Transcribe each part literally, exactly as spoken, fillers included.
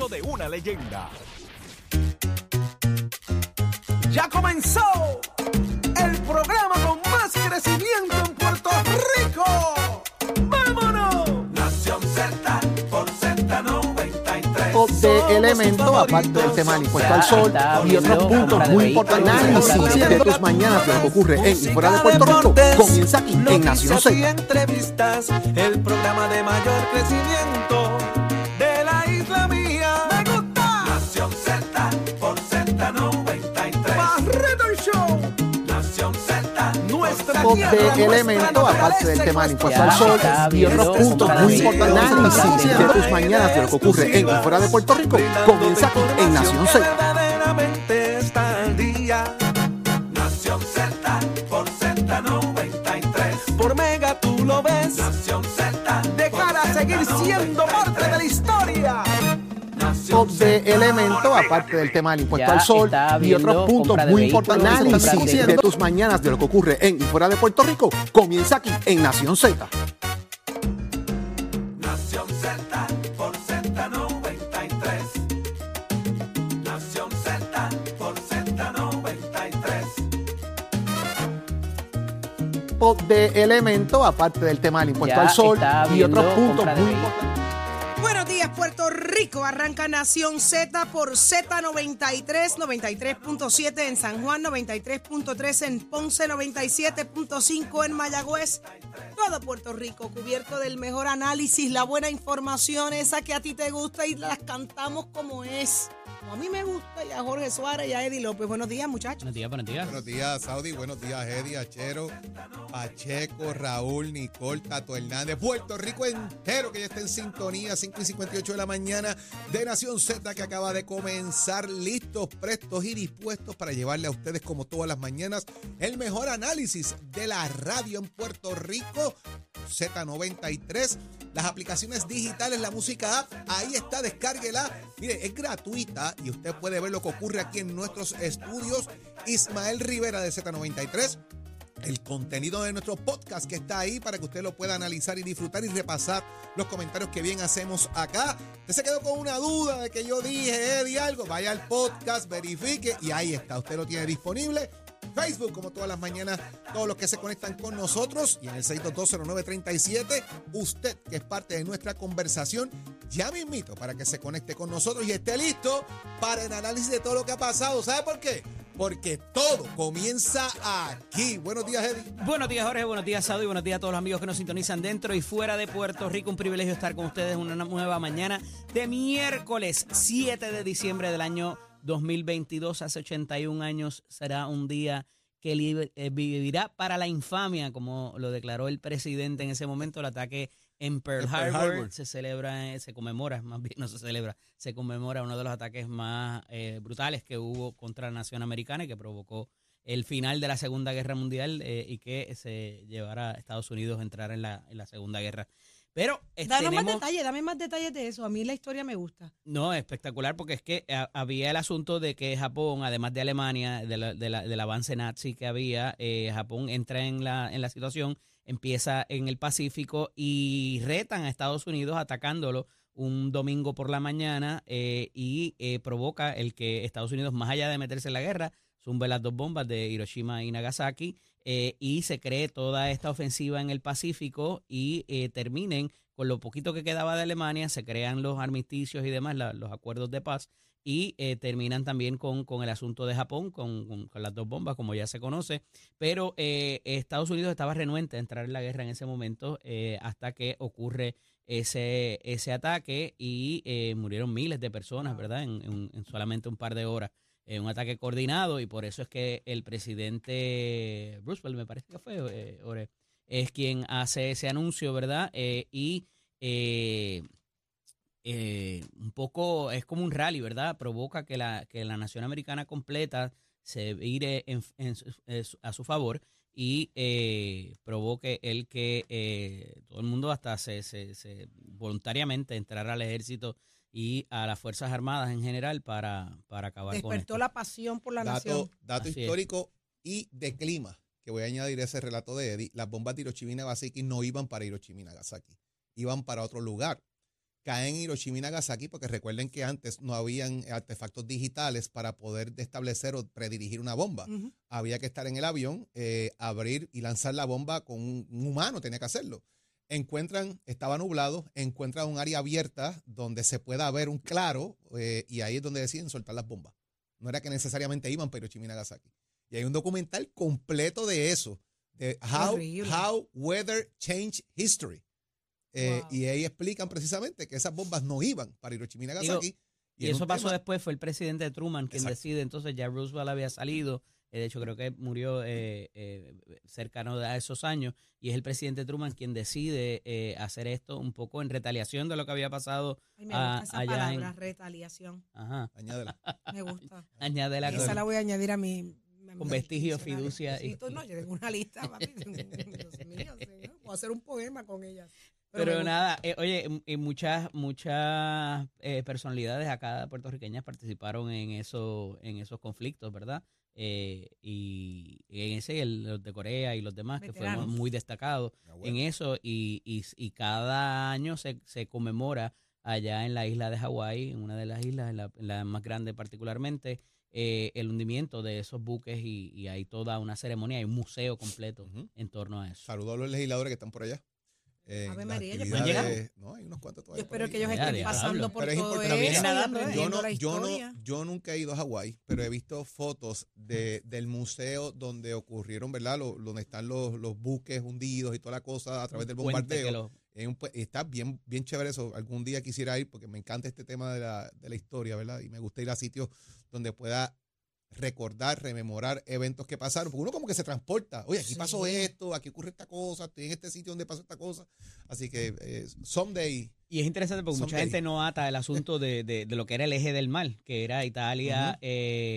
nacimiento de una leyenda. Ya comenzó el programa con más crecimiento en Puerto Rico. ¡Vámonos! Nación Z por Z noventa y tres. De elementos, aparte del tema del impuesto al sol y otros puntos muy importantes, análisis de tus mañanas de lo que ocurre en y fuera de Puerto Rico, comienza aquí en Nación Z. Entrevistas, el programa de mayor crecimiento de la isla mía. ¡Me gusta! Nación Z por Z noventa y tres. Barreto el Show. Nación Z, nuestra tierra, De elementos, aparte del tema del impuesto al sol y otros puntos muy importantes, análisis de tus mañanas de lo que ocurre en y fuera de Puerto Rico, comienza aquí en Nación Z. Verdaderamente está al día. Nación Z por Z noventa y tres. Por Mega tú lo ves. Nación Z de cara a seguir siendo parte de la historia. De elementos, aparte del tema del impuesto al sol y otros puntos muy importantes, análisis de tus mañanas de lo que ocurre en y fuera de Puerto Rico, comienza aquí en Nación Z. Nación Z por Z noventa y tres. Nación Z por Z noventa y tres. De elementos, aparte del tema del impuesto al sol y otros puntos muy importantes. Buenos días, Puerto Rico. Arranca Nación Z por Z noventa y tres, noventa y tres punto siete en San Juan, noventa y tres punto tres en Ponce, noventa y siete punto cinco en Mayagüez. Todo Puerto Rico cubierto del mejor análisis, la buena información, esa que a ti te gusta y las cantamos como es. Como a mí me gusta, y a Jorge Suárez y a Eddie López. Buenos días, muchachos. Buenos días, buenos días. Buenos días, Saudi. Buenos días, Eddie, Achero, Pacheco, Raúl, Nicole, Tato Hernández. Puerto Rico entero que ya está en sintonía. cinco y cincuenta y ocho de la mañana de Nación Z, que acaba de comenzar, listos, prestos y dispuestos para llevarle a ustedes, como todas las mañanas, el mejor análisis de la radio en Puerto Rico. Z noventa y tres, las aplicaciones digitales, la música app, ahí está, descárguela. Mire, es gratuita y usted puede ver lo que ocurre aquí en nuestros estudios. Ismael Rivera de Z noventa y tres, el contenido de nuestro podcast que está ahí para que usted lo pueda analizar y disfrutar y repasar los comentarios que bien hacemos acá. Usted se quedó con una duda de que yo dije, Eddie, algo, vaya al podcast, verifique y ahí está, usted lo tiene disponible. Facebook, como todas las mañanas, todos los que se conectan con nosotros, y en el seis dos dos cero nueve tres siete, usted que es parte de nuestra conversación, ya me invito para que se conecte con nosotros y esté listo para el análisis de todo lo que ha pasado. ¿Sabe por qué? Porque todo comienza aquí. Buenos días, Eddie. Buenos días, Jorge. Buenos días, Saudi. Buenos días a todos los amigos que nos sintonizan dentro y fuera de Puerto Rico. Un privilegio estar con ustedes en una nueva mañana de miércoles siete de diciembre del año dos mil veintidós. Hace ochenta y un años será un día que libre, eh, vivirá para la infamia, como lo declaró el presidente en ese momento. El ataque en Pearl, en Pearl Harbor, Harbor se celebra, eh, se conmemora, más bien no se celebra, se conmemora uno de los ataques más eh, brutales que hubo contra la nación americana y que provocó el final de la Segunda Guerra Mundial eh, y que se llevara a Estados Unidos a entrar en la, en la Segunda Guerra. Pero eh, Danos tenemos, más detalles, dame más detalles de eso. A mí la historia me gusta. No, espectacular, porque es que a, había el asunto de que Japón, además de Alemania, de la, de la, del avance nazi que había, eh, Japón entra en la, en la situación, empieza en el Pacífico y retan a Estados Unidos atacándolo un domingo por la mañana eh, y eh, provoca el que Estados Unidos, más allá de meterse en la guerra, zumbe las dos bombas de Hiroshima y Nagasaki eh, y se cree toda esta ofensiva en el Pacífico y eh, terminen con lo poquito que quedaba de Alemania, se crean los armisticios y demás, la, los acuerdos de paz y eh, terminan también con, con el asunto de Japón, con, con, con las dos bombas, como ya se conoce, pero eh, Estados Unidos estaba renuente a entrar en la guerra en ese momento eh, hasta que ocurre ese, ese ataque y eh, murieron miles de personas, ¿verdad?, en, en, en solamente un par de horas. Eh, un ataque coordinado y por eso es que el presidente Roosevelt, me parece que fue, eh, Ore, es quien hace ese anuncio, ¿verdad? Eh, y eh, eh, un poco es como un rally, ¿verdad? Provoca que la, que la nación americana completa se vire en, en, en, a su favor y eh, provoque el que eh, todo el mundo hasta se, se, se voluntariamente entrara al ejército y a las Fuerzas Armadas en general para, para acabar Despertó con esto. Despertó la pasión por la dato, nación. Dato Así histórico es. Y de clima, que voy a añadir ese relato de Eddie. Las bombas de Hiroshima y Nagasaki no iban para Hiroshima y Nagasaki, iban para otro lugar. caen en Hiroshima y Nagasaki, porque recuerden que antes no habían artefactos digitales para poder establecer o predirigir una bomba. Uh-huh. Había que estar en el avión, eh, abrir y lanzar la bomba con un, un humano, tenía que hacerlo. Encuentran, estaba nublado, encuentran un área abierta donde se pueda ver un claro, eh, y ahí es donde deciden soltar las bombas. No era que necesariamente iban para Hiroshima y Nagasaki. Y hay un documental completo de eso, de How, how Weather Changed History. Eh, wow. Y ahí explican precisamente que esas bombas no iban para Hiroshima y Nagasaki. Digo, y, y eso pasó tema... después, fue el presidente Truman quien Exacto. decide, entonces ya Roosevelt había salido, eh, de hecho creo que murió eh, eh, cercano a esos años, y es el presidente Truman quien decide eh, hacer esto un poco en retaliación de lo que había pasado. Ay, me gusta a, esa allá palabra, en... retaliación. Ajá. Añádela. Me gusta. Añádela. Esa con... la voy a añadir a mi... Con vestigio, fiducia. Sí, y... no, yo tengo una lista, papi. Dios mío, señor. Puedo hacer un poema con ella. Pero, Pero nada, eh, oye, y muchas muchas eh, personalidades acá puertorriqueñas participaron en eso, en esos conflictos, ¿verdad? Eh, y, y en ese, el, los de Corea y los demás, veteranos, que fueron muy destacados en eso, y, y, y cada año se, se conmemora allá en la isla de Hawái, en una de las islas, en la, en la más grande particularmente, eh, el hundimiento de esos buques, y, y hay toda una ceremonia, hay un museo completo uh-huh. en torno a eso. Saludos a los legisladores que están por allá. Eh, Ave María, ¿no llegaron? No, hay unos cuantos todavía. Yo espero que ellos estén pasando por pero todo eso. Mira, nadando, ¿eh? yo, no, yo, no, yo nunca he ido a Hawái, pero he visto fotos de, del museo donde ocurrieron, ¿verdad? Lo, donde están los, los buques hundidos y toda la cosa a través del bombardeo. Lo... Un, está bien, bien chévere eso. Algún día quisiera ir porque me encanta este tema de la, de la historia, ¿verdad? Y me gusta ir a sitios donde pueda recordar, rememorar eventos que pasaron, porque uno como que se transporta, oye, aquí sí. pasó esto, aquí ocurre esta cosa, estoy en este sitio donde pasó esta cosa, así que eh, someday. Y es interesante porque someday. Mucha gente no ata el asunto de, de, de lo que era el eje del mal, que era Italia, uh-huh.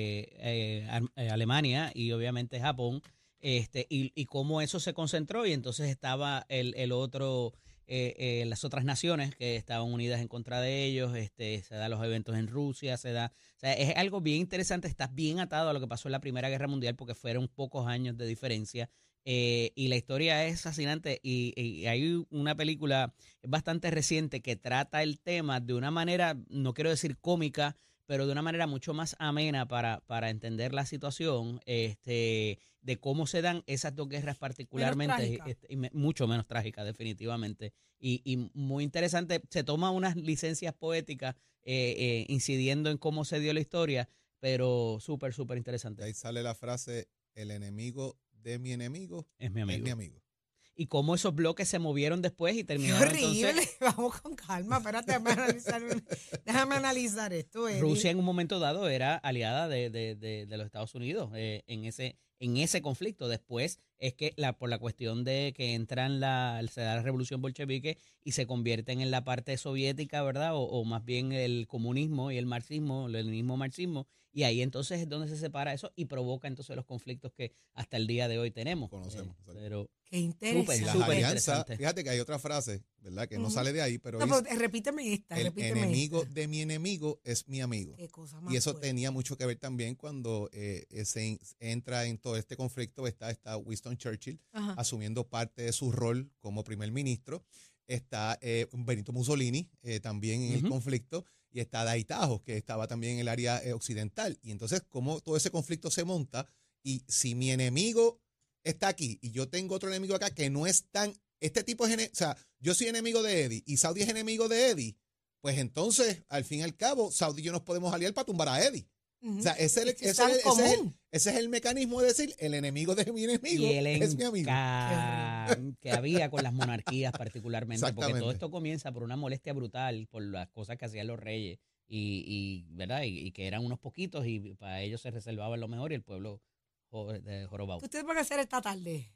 eh, eh, Alemania y obviamente Japón, este y, y cómo eso se concentró, y entonces estaba el, el otro... Eh, eh, las otras naciones que estaban unidas en contra de ellos, este, se dan los eventos en Rusia, se da, o sea, es algo bien interesante, estás bien atado a lo que pasó en la Primera Guerra Mundial porque fueron pocos años de diferencia, eh, y la historia es fascinante, y, y hay una película bastante reciente que trata el tema de una manera, no quiero decir cómica, pero de una manera mucho más amena para, para entender la situación, este, de cómo se dan esas dos guerras particularmente, este, y me, mucho menos trágica definitivamente, y, y muy interesante. Se toma unas licencias poéticas eh, eh, incidiendo en cómo se dio la historia, pero súper, súper interesante. Ahí sale la frase, el enemigo de mi enemigo es mi amigo. Es mi amigo. Y cómo esos bloques se movieron después y terminaron. ¡Qué horrible! Entonces, vamos con calma, espérate, déjame analizar, déjame analizar esto. Eddie. Rusia en un momento dado era aliada de, de, de, de los Estados Unidos eh, en ese en ese conflicto. Después es que la por la cuestión de que entran la se da la revolución bolchevique y se convierten en la parte soviética, ¿verdad? O, o más bien el comunismo y el marxismo, el leninismo marxismo, y ahí entonces es donde se separa eso y provoca entonces los conflictos que hasta el día de hoy tenemos. Conocemos. Eh, pero qué interesante. Super, las alianzas, fíjate que hay otra frase, ¿verdad? Que uh-huh. no sale de ahí, pero, no, es, pero repíteme esta. El repíteme enemigo esta. de mi enemigo es mi amigo. Qué cosa más y eso fuerte. tenía mucho que ver también cuando eh, se entra en todo este conflicto, está, está Winston Churchill Ajá. asumiendo parte de su rol como primer ministro, está eh, Benito Mussolini eh, también en uh-huh. el conflicto, y está Daitajo, que estaba también en el área eh, occidental. Y entonces, cómo todo ese conflicto se monta, y si mi enemigo está aquí y yo tengo otro enemigo acá que no es tan, este tipo es, o sea, yo soy enemigo de Eddie y Saudi es enemigo de Eddie, pues entonces, al fin y al cabo, Saudi y yo nos podemos aliar para tumbar a Eddie. Uh-huh. O sea, ese es, el, ese, es el, ese, es el, ese es el mecanismo de decir, el enemigo de mi enemigo y el es mi amigo. Que había con las monarquías particularmente, porque todo esto comienza por una molestia brutal, por las cosas que hacían los reyes, y, y ¿verdad? Y, y que eran unos poquitos, y para ellos se reservaban lo mejor, y el pueblo jorobado. ¿Qué ustedes van a hacer esta tarde?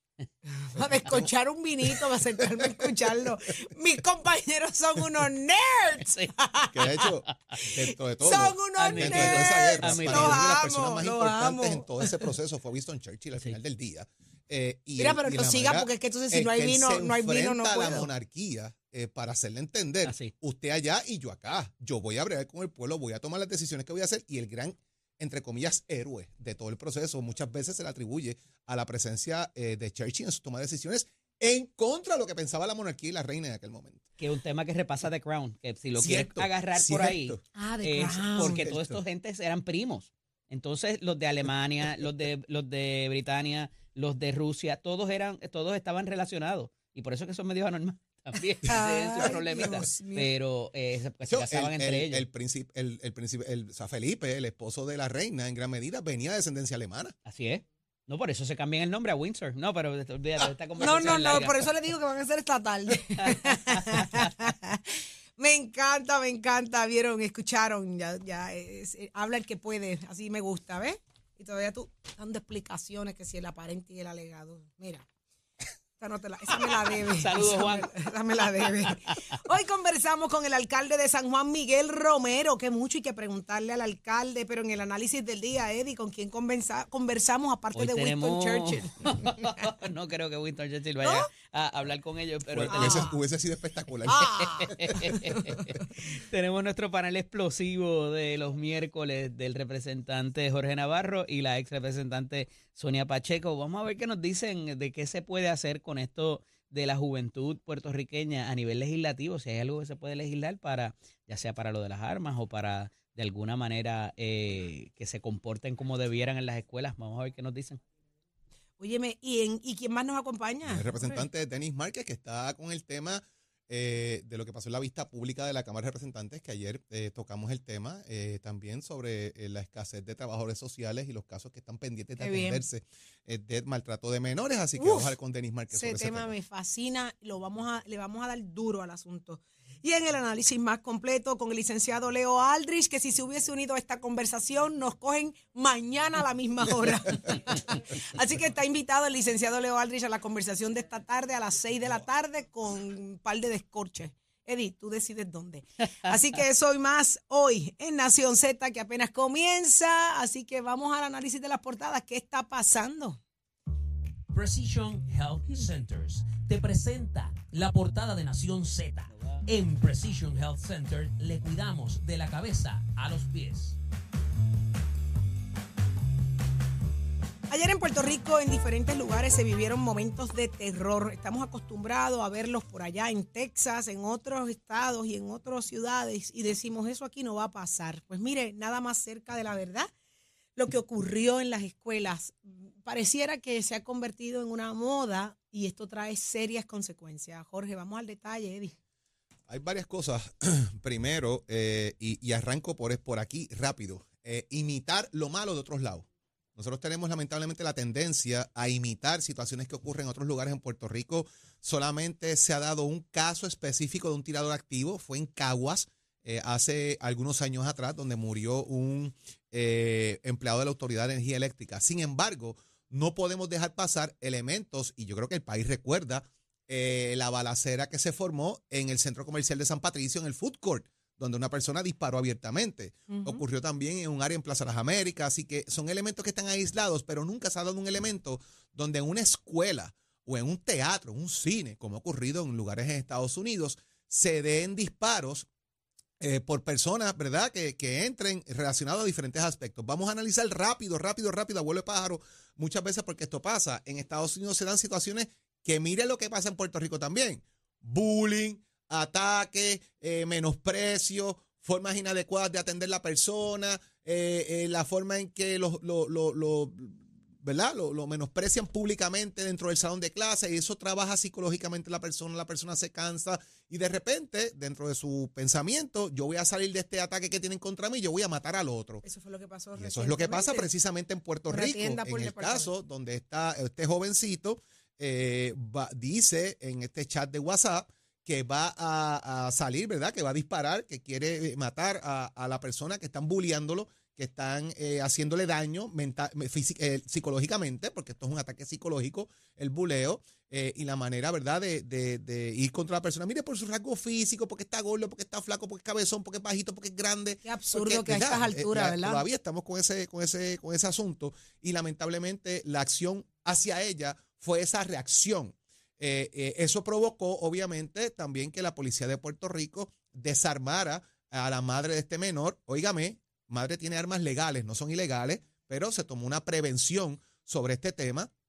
A desconchar un vinito, para sentarme a escucharlo. Mis compañeros son unos nerds. Sí. Que de hecho, dentro de todo, son unos dentro nerds. de toda esa guerra, los para amo, mí, las personas más importantes amo. en todo ese proceso fue Winston Churchill al sí. final del día. Eh, y Mira, el, pero y no siga, porque es que entonces si no hay vino, no hay vino, no puedo. a la monarquía eh, para hacerle entender, Así. usted allá y yo acá. Yo voy a bregar con el pueblo, voy a tomar las decisiones que voy a hacer, y el gran, entre comillas, héroe de todo el proceso muchas veces se le atribuye a la presencia eh, de Churchill en su toma de decisiones en contra de lo que pensaba la monarquía y la reina en aquel momento. Que es un tema que repasa The Crown, que si lo Cierto, quieres agarrar cierto. por ahí, Ah, The es Crown. porque Cierto. todos estos gentes eran primos. Entonces, los de Alemania, los de los de Britania, los de Rusia, todos eran, todos estaban relacionados. Y por eso que son medio anormales también, tienen sus Ay, problemitas. Dios mío. Pero eh, se, pues, Yo, se casaban el, entre el, ellos. El príncipe, el, el príncipe, el, o sea, Felipe, el esposo de la reina, en gran medida venía de descendencia alemana. Así es. No, por eso se cambian el nombre a Windsor. No, pero olvídate de esta No, conversación. no, es no, larga. por eso le digo que van a ser esta tarde. Me encanta, me encanta. Vieron, escucharon, ya, ya es, eh, habla el que puede, así me gusta, ¿ves? Y todavía tú dando explicaciones que si el aparente y el alegado. Mira, esa, no te la, esa me la debe. Saludos, Esa Juan. me- Esa me la debe. Hoy conversamos con el alcalde de San Juan, Miguel Romero, que mucho hay que preguntarle al alcalde, pero en el análisis del día, Eddie, ¿con quién conversa, conversamos aparte Hoy de tenemos... Winston Churchill? No creo que Winston Churchill vaya ¿No? a hablar con ellos, pero Fue- tenemos, hubiese, hubiese sido espectacular. Ah, tenemos nuestro panel explosivo de los miércoles del representante Jorge Navarro y la ex representante Sonia Pacheco. Vamos a ver qué nos dicen de qué se puede hacer con esto de la juventud puertorriqueña a nivel legislativo, si hay algo que se puede legislar para, ya sea para lo de las armas o para de alguna manera eh, que se comporten como debieran en las escuelas. Vamos a ver qué nos dicen. óyeme, ¿y, en, ¿y quién más nos acompaña? El representante Denis Márquez, que está con el tema eh, de lo que pasó en la vista pública de la Cámara de Representantes, que ayer eh, tocamos el tema, eh, también sobre eh, la escasez de trabajadores sociales y los casos que están pendientes de Qué bien. atenderse eh, de maltrato de menores. Así que Uf, vamos a hablar con Denis Márquez Ese sobre ese tema tema. me fascina, lo vamos a, le vamos a dar duro al asunto. Y en el análisis más completo con el licenciado Leo Aldrich, que si se hubiese unido a esta conversación nos cogen mañana a la misma hora. Así que está invitado el licenciado Leo Aldrich a la conversación de esta tarde a las seis de la tarde con un par de descorches. Eddie, tú decides dónde. Así que eso y más hoy en Nación Z, que apenas comienza. Así que vamos al análisis de las portadas. ¿Qué está pasando? Precision Health Centers te presenta la portada de Nación Z. En Precision Health Center le cuidamos de la cabeza a los pies. Ayer en Puerto Rico, en diferentes lugares, se vivieron momentos de terror. Estamos acostumbrados a verlos por allá en Texas, en otros estados y en otras ciudades, y decimos, eso aquí no va a pasar. Pues mire, nada más cerca de la verdad, lo que ocurrió en las escuelas. Pareciera que se ha convertido en una moda y esto trae serias consecuencias. Jorge, vamos al detalle, Eddie. Hay varias cosas. Primero, eh, y, y arranco por, por aquí rápido, eh, imitar lo malo de otros lados. Nosotros tenemos lamentablemente la tendencia a imitar situaciones que ocurren en otros lugares. En Puerto Rico solamente se ha dado un caso específico de un tirador activo, fue en Caguas, eh, hace algunos años atrás, donde murió un eh, empleado de la Autoridad de Energía Eléctrica. Sin embargo, no podemos dejar pasar elementos, y yo creo que el país recuerda eh, la balacera que se formó en el Centro Comercial de San Patricio, en el Food Court, donde una persona disparó abiertamente. Uh-huh. Ocurrió también en un área en Plaza Las Américas, así que son elementos que están aislados, pero nunca se ha dado un elemento donde en una escuela o en un teatro, en un cine, como ha ocurrido en lugares en Estados Unidos, se den disparos eh, por personas, ¿verdad?, que, que entren relacionados a diferentes aspectos. Vamos a analizar rápido, rápido, rápido, abuelo de pájaro, muchas veces porque esto pasa. En Estados Unidos se dan situaciones que mire lo que pasa en Puerto Rico también. Bullying, ataque, eh, menosprecio, formas inadecuadas de atender la persona, eh, eh, la forma en que lo, lo, lo, lo, ¿verdad? Lo, lo menosprecian públicamente dentro del salón de clase, y eso trabaja psicológicamente la persona, la persona se cansa y de repente, dentro de su pensamiento, yo voy a salir de este ataque que tienen contra mí, yo voy a matar al otro. Eso fue lo que pasó Y eso es lo que pasa recientemente. precisamente en Puerto Una Rico, tienda en por el departamento. caso donde está este jovencito, eh, va- dice en este chat de WhatsApp que va a, a salir, ¿verdad? Que va a disparar, que quiere matar a, a la persona que están bulleándolo, que están eh, haciéndole daño mental, físic- eh, psicológicamente, porque esto es un ataque psicológico, el buleo, eh, y la manera, ¿verdad?, de, de, de ir contra la persona. Mire, por su rasgo físico, porque está gordo, porque está flaco, porque es cabezón, porque es bajito, porque es grande. Qué absurdo Porque, que a ¿verdad? estas Eh, alturas, la- ¿verdad? Todavía estamos con ese, con ese, con ese asunto, y lamentablemente la acción hacia ella fue esa reacción. Eh, eh, eso provocó, obviamente, también que la policía de Puerto Rico desarmara a la madre de este menor. Óigame, madre tiene armas legales, no son ilegales, pero se tomó una prevención sobre este tema.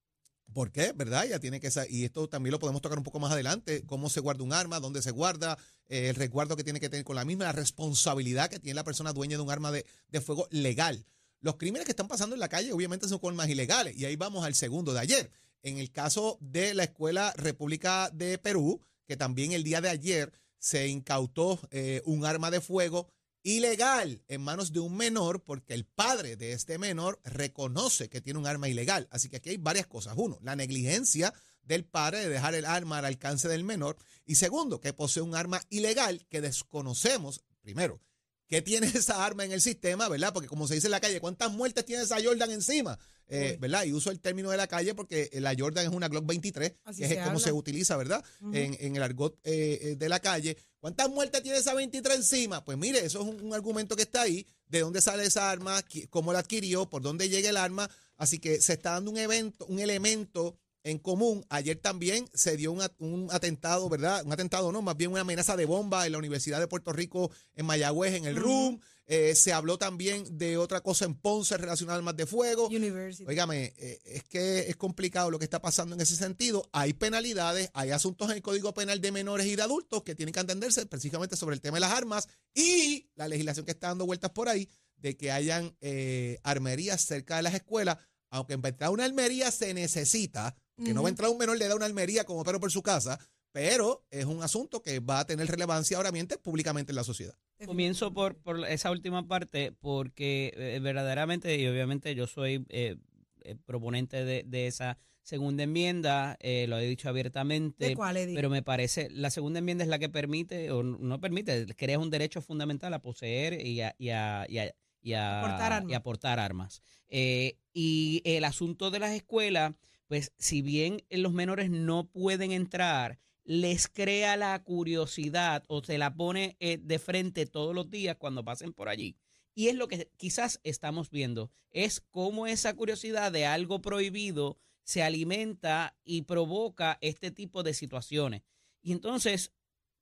¿Por qué? ¿Verdad? Ya tiene que ser, y esto también lo podemos tocar un poco más adelante, cómo se guarda un arma, dónde se guarda, eh, el resguardo que tiene que tener con la misma, la responsabilidad que tiene la persona dueña de un arma de, de fuego legal. Los crímenes que están pasando en la calle obviamente son con armas ilegales, y ahí vamos al segundo de ayer. En el caso de la Escuela República de Perú, que también el día de ayer se incautó eh, un arma de fuego ilegal en manos de un menor, porque el padre de este menor reconoce que tiene un arma ilegal. Así que aquí hay varias cosas. Uno, la negligencia del padre de dejar el arma al alcance del menor. Y segundo, que posee un arma ilegal que desconocemos, primero, ¿qué tiene esa arma en el sistema, verdad? Porque como se dice en la calle, ¿cuántas muertes tiene esa Jordan encima? Eh, ¿Verdad? Y uso el término de la calle porque la Jordan es una Glock veintitrés, Así que es como se utiliza, ¿verdad? Uh-huh. en, en el argot eh, de la calle. ¿Cuántas muertes tiene esa veintitrés encima? Pues mire, eso es un, un argumento que está ahí. ¿De dónde sale esa arma? ¿Cómo la adquirió? ¿Por dónde llega el arma? Así que se está dando un evento, un elemento en común. Ayer también se dio un, un atentado, ¿verdad? Un atentado, no, más bien una amenaza de bomba en la Universidad de Puerto Rico, en Mayagüez, en el uh-huh. R U M. Eh, se habló también de otra cosa en Ponce relacionada a armas de fuego. University. Óigame, eh, es que es complicado lo que está pasando en ese sentido. Hay penalidades, hay asuntos en el Código Penal de menores y de adultos que tienen que atenderse precisamente sobre el tema de las armas y la legislación que está dando vueltas por ahí de que hayan eh, armerías cerca de las escuelas, aunque en entrar a una armería se necesita, que uh-huh. no va a entrar un menor le da una armería como perro por su casa, pero es un asunto que va a tener relevancia ahora mismo públicamente en la sociedad. Comienzo por, por esa última parte porque eh, verdaderamente y obviamente yo soy eh, eh, proponente de, de esa segunda enmienda, eh, lo he dicho abiertamente. ¿De cuál, Eddie? Pero me parece, la segunda enmienda es la que permite, o no permite, crea un derecho fundamental a poseer y a, y a, y a, y a, aportar armas. Y a portar armas. Eh, y el asunto de las escuelas, pues si bien los menores no pueden entrar, les crea la curiosidad o se la pone eh, de frente todos los días cuando pasen por allí. Y es lo que quizás estamos viendo, es cómo esa curiosidad de algo prohibido se alimenta y provoca este tipo de situaciones. Y entonces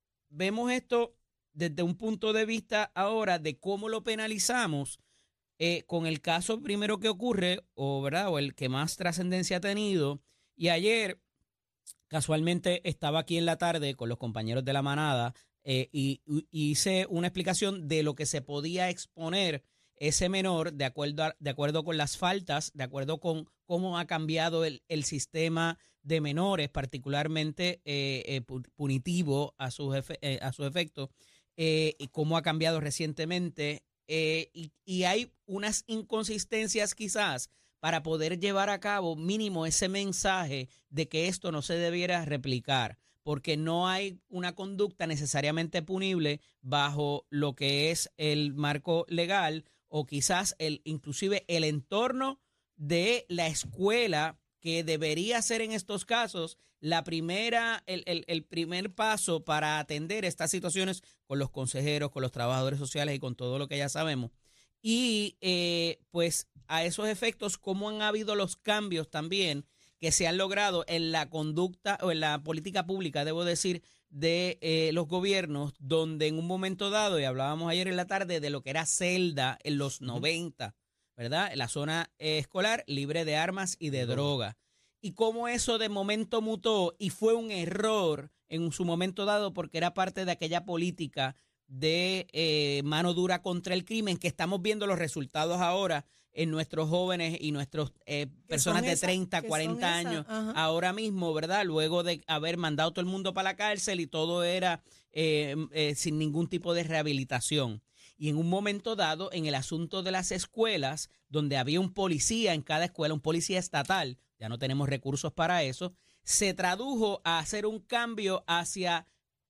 vemos esto desde un punto de vista ahora de cómo lo penalizamos eh, con el caso primero que ocurre, o, ¿verdad? o el que más trascendencia ha tenido. Y ayer casualmente estaba aquí en la tarde con los compañeros de la manada eh, y, y hice una explicación de lo que se podía exponer ese menor de acuerdo, a, de acuerdo con las faltas, de acuerdo con cómo ha cambiado el, el sistema de menores, particularmente eh, eh, punitivo a sus, efe, eh, a sus efectos, eh, y cómo ha cambiado recientemente. Eh, y, y hay unas inconsistencias quizás para poder llevar a cabo mínimo ese mensaje de que esto no se debiera replicar, porque no hay una conducta necesariamente punible bajo lo que es el marco legal o quizás el inclusive el entorno de la escuela, que debería ser en estos casos la primera, el, el, el primer paso para atender estas situaciones con los consejeros, con los trabajadores sociales y con todo lo que ya sabemos. Y eh, pues a esos efectos, cómo han habido los cambios también que se han logrado en la conducta o en la política pública, debo decir, de eh, los gobiernos, donde en un momento dado, y hablábamos ayer en la tarde de lo que era celda en los noventa, ¿verdad? La zona eh, escolar libre de armas y de droga. Y cómo eso de momento mutó y fue un error en su momento dado porque era parte de aquella política de eh, mano dura contra el crimen, que estamos viendo los resultados ahora en nuestros jóvenes y nuestras eh, personas de treinta, cuarenta años ahora mismo, ¿verdad? Luego de haber mandado todo el mundo para la cárcel y todo era eh, eh, sin ningún tipo de rehabilitación. Y en un momento dado, en el asunto de las escuelas, donde había un policía en cada escuela, un policía estatal, ya no tenemos recursos para eso, se tradujo a hacer un cambio hacia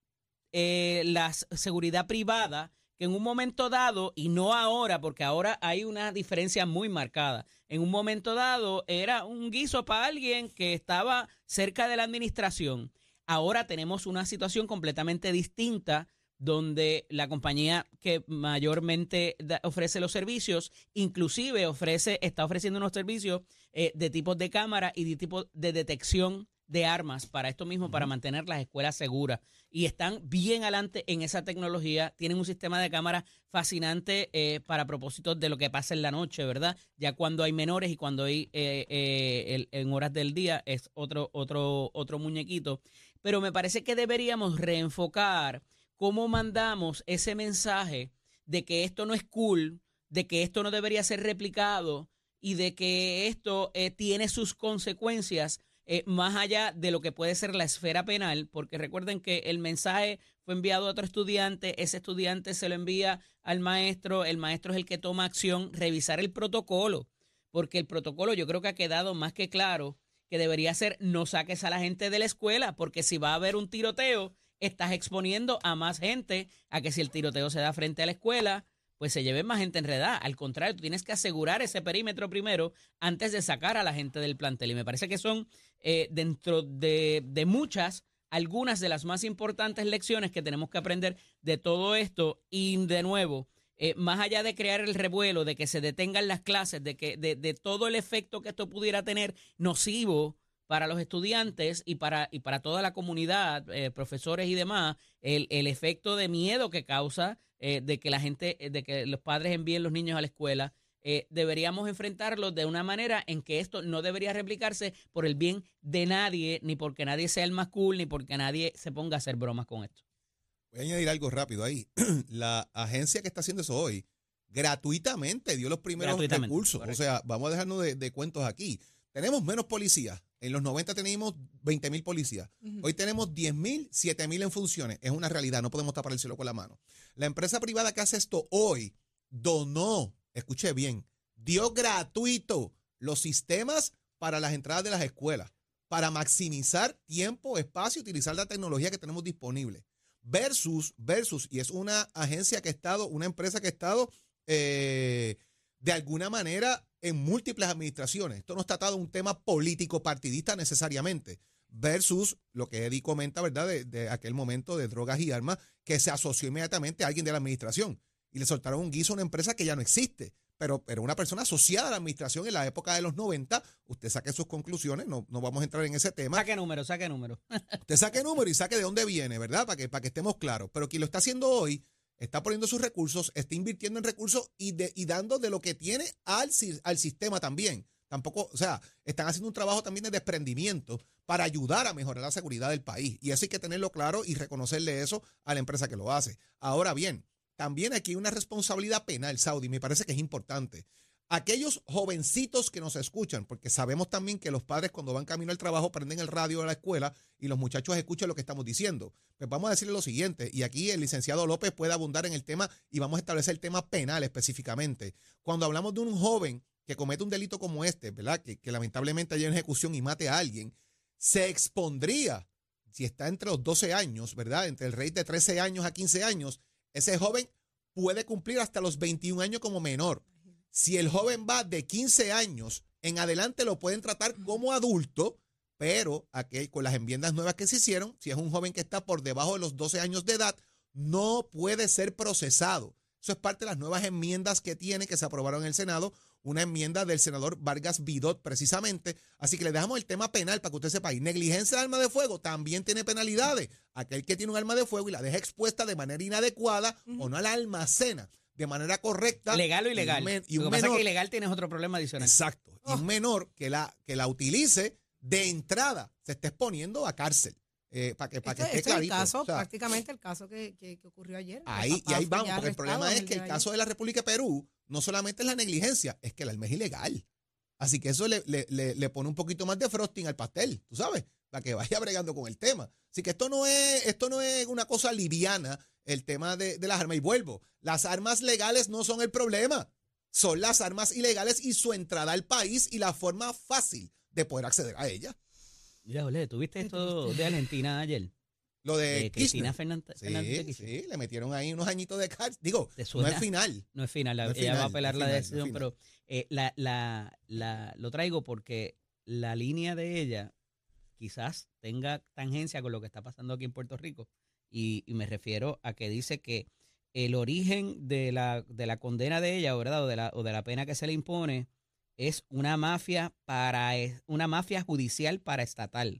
Eh, la seguridad privada, que en un momento dado, y no ahora, porque ahora hay una diferencia muy marcada, en un momento dado era un guiso para alguien que estaba cerca de la administración. Ahora tenemos una situación completamente distinta, donde la compañía que mayormente da, ofrece los servicios, inclusive ofrece, está ofreciendo unos servicios eh, de tipos de cámara y de tipo de detección de armas para esto mismo, para mantener las escuelas seguras. Y están bien adelante en esa tecnología. Tienen un sistema de cámara fascinante eh, para propósitos de lo que pasa en la noche, ¿verdad? Ya cuando hay menores y cuando hay eh, eh, el, en horas del día es otro, otro, otro muñequito. Pero me parece que deberíamos reenfocar cómo mandamos ese mensaje de que esto no es cool, de que esto no debería ser replicado y de que esto eh, tiene sus consecuencias eh, más allá de lo que puede ser la esfera penal, porque recuerden que el mensaje fue enviado a otro estudiante, ese estudiante se lo envía al maestro, el maestro es el que toma acción, revisar el protocolo, porque el protocolo yo creo que ha quedado más que claro que debería ser no saques a la gente de la escuela, porque si va a haber un tiroteo, estás exponiendo a más gente a que si el tiroteo se da frente a la escuela, pues se lleve más gente enredada. Al contrario, tú tienes que asegurar ese perímetro primero antes de sacar a la gente del plantel. Y me parece que son, eh, dentro de, de muchas, algunas de las más importantes lecciones que tenemos que aprender de todo esto. Y de nuevo, eh, más allá de crear el revuelo, de que se detengan las clases, de, que, de, de todo el efecto que esto pudiera tener nocivo para los estudiantes y para, y para toda la comunidad, eh, profesores y demás, el, el efecto de miedo que causa eh, de que la gente, de que los padres envíen los niños a la escuela, eh, deberíamos enfrentarlo de una manera en que esto no debería replicarse por el bien de nadie, ni porque nadie sea el más cool, ni porque nadie se ponga a hacer bromas con esto. Voy a añadir algo rápido ahí. La agencia que está haciendo eso hoy, gratuitamente dio los primeros recursos. Correcto. O sea, vamos a dejarnos de, de cuentos aquí. Tenemos menos policías. En los noventa teníamos veinte mil policías. Uh-huh. Hoy tenemos diez mil, siete mil en funciones. Es una realidad, no podemos tapar el cielo con la mano. La empresa privada que hace esto hoy donó, escuche bien, dio gratuito los sistemas para las entradas de las escuelas, para maximizar tiempo, espacio, utilizar la tecnología que tenemos disponible. Versus, versus, y es una agencia que ha estado, una empresa que ha estado eh, de alguna manera en múltiples administraciones. Esto no está atado a un tema político partidista necesariamente, versus lo que Eddie comenta, ¿verdad?, de, de aquel momento de drogas y armas, que se asoció inmediatamente a alguien de la administración y le soltaron un guiso a una empresa que ya no existe, pero, pero una persona asociada a la administración en la época de los noventa. Usted saque sus conclusiones, no, no vamos a entrar en ese tema. Saque número, saque número. Usted saque número y saque de dónde viene, ¿verdad?, para que, para que estemos claros. Pero quien lo está haciendo hoy está poniendo sus recursos, está invirtiendo en recursos y, de, y dando de lo que tiene al, al sistema también. Tampoco, o sea, están haciendo un trabajo también de desprendimiento para ayudar a mejorar la seguridad del país. Y eso hay que tenerlo claro y reconocerle eso a la empresa que lo hace. Ahora bien, también aquí hay una responsabilidad penal, Saudi, me parece que es importante. Aquellos jovencitos que nos escuchan, porque sabemos también que los padres cuando van camino al trabajo prenden el radio de la escuela y los muchachos escuchan lo que estamos diciendo. Pues vamos a decirle lo siguiente, y aquí el licenciado López puede abundar en el tema y vamos a establecer el tema penal específicamente. Cuando hablamos de un joven que comete un delito como este, ¿verdad?, que, que lamentablemente haya una ejecución y mate a alguien, se expondría, si está entre los doce años, ¿verdad?, entre el rate de trece años a quince años, ese joven puede cumplir hasta los veintiún años como menor. Si el joven va de quince años en adelante, lo pueden tratar como adulto, pero aquí, con las enmiendas nuevas que se hicieron, si es un joven que está por debajo de los doce años de edad, no puede ser procesado. Eso es parte de las nuevas enmiendas que tiene, que se aprobaron en el Senado, una enmienda del senador Vargas Vidot precisamente. Así que le dejamos el tema penal para que usted sepa. Y negligencia de arma de fuego también tiene penalidades. Aquel que tiene un arma de fuego y la deja expuesta de manera inadecuada uh-huh. o no la almacena de manera correcta. Legal o ilegal. Y un, men, y un Lo que menor, pasa es que ilegal tienes otro problema adicional. Exacto. Oh. Y un menor que la, que la utilice de entrada se está exponiendo a cárcel. Eh, para que, para este, que esté este clarito. Es el caso, o sea, prácticamente el caso que, que, que ocurrió ayer. Ahí, y ahí vamos, porque el problema es que el, el caso de la República de Perú no solamente es la negligencia, es que el arma es ilegal. Así que eso le, le, le, le pone un poquito más de frosting al pastel, tú sabes, para que vaya bregando con el tema. Así que esto no es, esto no es una cosa liviana, el tema de, de las armas. Y vuelvo, las armas legales no son el problema, son las armas ilegales y su entrada al país y la forma fácil de poder acceder a ellas. Mira, Ole, ¿tuviste esto de Argentina ayer? Lo de eh, Cristina Fernández. Sí, Fernández sí, le metieron ahí unos añitos de cárcel. Digo, no es final. No es final, la, no es ella final, va a apelar no la final, decisión, no pero eh, la, la, la, lo traigo porque la línea de ella quizás tenga tangencia con lo que está pasando aquí en Puerto Rico. Y, y me refiero a que dice que el origen de la, de la condena de ella, ¿verdad? O de la, o de la pena que se le impone es una mafia para una mafia judicial paraestatal.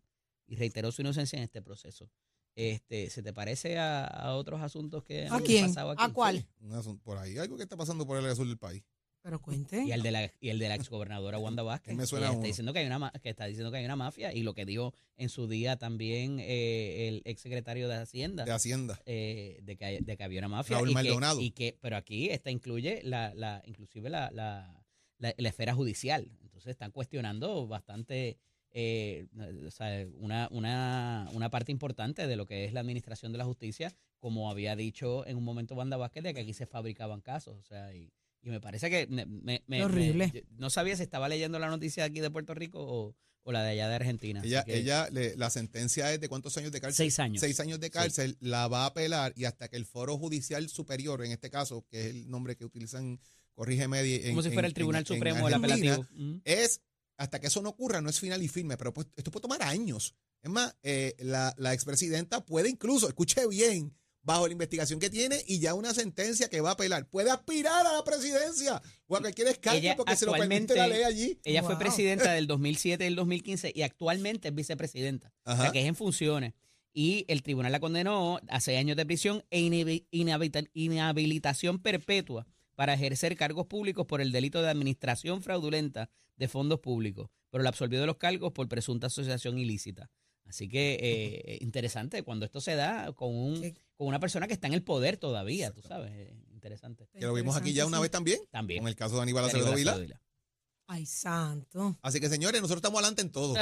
y reiteró su inocencia en este proceso. Este, ¿Se te parece a, a otros asuntos que ¿A han quién? pasado aquí? ¿A cuál? Sí. Un asunto por ahí, algo que está pasando por el sur del país. Pero cuente. Y el de la y el de la exgobernadora Wanda Vázquez, Me suena que uno. está diciendo que hay una ma- que está diciendo que hay una mafia, y lo que dijo en su día también eh, el exsecretario de Hacienda, De Hacienda. eh, de que hay- de que había una mafia, Raúl y que, Maldonado. y que pero aquí esta incluye la la inclusive la la, la, la esfera judicial. Entonces están cuestionando bastante eh, o sea, una una una parte importante de lo que es la administración de la justicia, como había dicho en un momento Wanda Vázquez, de que aquí se fabricaban casos, o sea, y Y me parece que me, me, me, horrible. me- no sabía si estaba leyendo la noticia de aquí de Puerto Rico o, o la de allá de Argentina. Ella, Así que ella le- la sentencia es de ¿cuántos años de cárcel? Seis años. Seis años de cárcel, la va a apelar y hasta que el Foro Judicial Superior, en este caso, que es el nombre que utilizan, corrígeme, en, como si fuera en- el Tribunal en- Supremo en o el Argentina, apelativo. Ujú. es, hasta que eso no ocurra, no es final y firme, pero pues, esto puede tomar años. Es más, eh, la, la expresidenta puede incluso, escuche bien, bajo la investigación que tiene y ya una sentencia que va a apelar, puede aspirar a la presidencia o a cualquier escaño Ella porque se lo permite la ley allí. Ella fue Wow. presidenta del dos mil siete y del dos mil quince y actualmente es vicepresidenta. O Ajá. sea, que es en funciones. Y el tribunal la condenó a seis años de prisión e inhabi- inhabita- inhabilitación perpetua para ejercer cargos públicos por el delito de administración fraudulenta de fondos públicos, pero la absolvió de los cargos por presunta asociación ilícita. Así que eh, interesante cuando esto se da con un Sí. con una persona que está en el poder todavía, tú sabes, eh, interesante. Que lo vimos aquí ya una vez también, También. con el caso de Aníbal Acevedo Aníbal Vila. Acevedo Vila. Ay, santo. Así que, señores, nosotros estamos adelante en todo.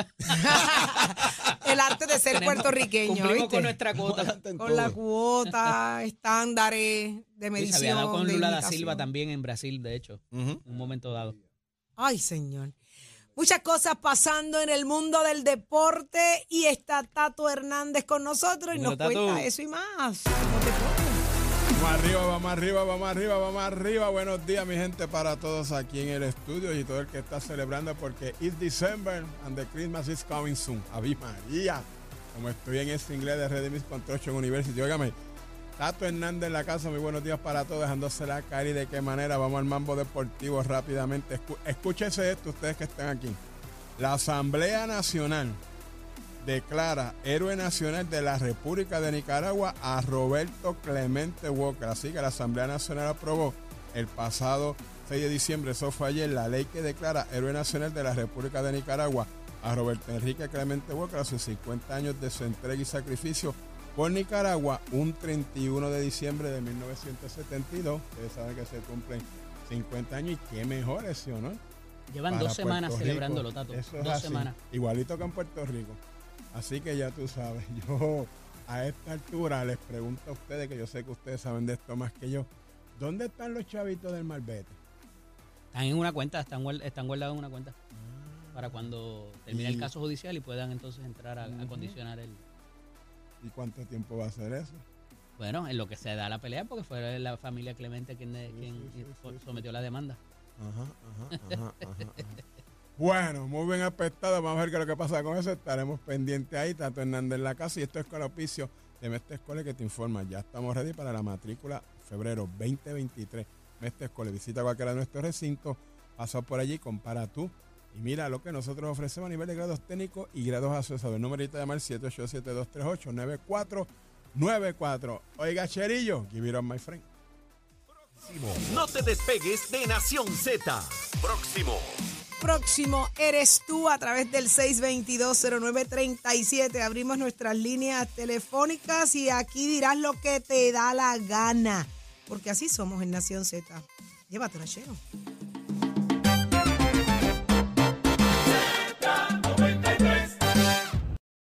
El arte de ser Tenemos- puertorriqueño, Cumplimos ¿viste? con nuestra cuota. Adelante en Con la todo. cuota, estándares de Sí, medición. se había dado con de Lula da imitación. Silva también en Brasil, de hecho, Ujú. en un momento dado. Ay, señor. Muchas cosas pasando en el mundo del deporte y está Tato Hernández con nosotros y Dímelo, nos Tato. cuenta eso y más. ¿Cómo te pones? Vamos arriba, vamos arriba, vamos arriba, vamos arriba. Buenos días, mi gente, para todos aquí en el estudio y todo el que está celebrando porque it's December and the Christmas is coming soon. Ave María, como estoy en este inglés de Redemis Construction University. Óigame, Tato Hernández en la casa, muy buenos días para todos, dejándosela caer y de qué manera. Vamos al mambo deportivo rápidamente. Escu- escúchense esto, ustedes que están aquí. La Asamblea Nacional declara héroe nacional de la República de Nicaragua a Roberto Clemente Walker. Así que la Asamblea Nacional aprobó el pasado seis de diciembre, eso fue ayer, la ley que declara héroe nacional de la República de Nicaragua a Roberto Enrique Clemente Walker a sus cincuenta años de su entrega y sacrificio por Nicaragua, un treinta y uno de diciembre de mil novecientos setenta y dos. Ustedes saben que se cumplen cincuenta años y qué mejor ese honor. Llevan para dos semanas Puerto celebrándolo, Rico. Tato. Eso es Dos así, semanas. igualito que en Puerto Rico. Así que ya tú sabes, yo a esta altura les pregunto a ustedes, que yo sé que ustedes saben de esto más que yo, ¿dónde están los chavitos del Malvete? Están en una cuenta, están, guard- están guardados en una cuenta para cuando termine el Y- caso judicial y puedan entonces entrar a, a Ujú. condicionar el... ¿Y cuánto tiempo va a ser eso? Bueno, en lo que se da la pelea, porque fue la familia Clemente quien, de- Sí, quien sí, sí, fo- sí, sí. sometió la demanda. Ajá, ajá, ajá, ajá, ajá. Bueno, muy bien aspectado. Vamos a ver qué es lo que pasa con eso. Estaremos pendientes ahí. Tato Hernández en la casa. Y esto es con el auspicio de Mestre Escuela que te informa. Ya estamos ready para la matrícula febrero veinte veintitrés. Mestre Escuela. Visita cualquiera de nuestros recintos. Pasa por allí, compara tú. Y mira lo que nosotros ofrecemos a nivel de grados técnicos y grados asociados. El numerito de llamar siete ocho siete, dos tres ocho, nueve cuatro nueve cuatro. Oiga, Cherillo, give it up, my friend. No te despegues de Nación Z. Próximo. Próximo eres tú a través del seis dos dos, cero nueve tres siete. Abrimos nuestras líneas telefónicas y aquí dirás lo que te da la gana. Porque así somos en Nación Z. Llévatela, Chero.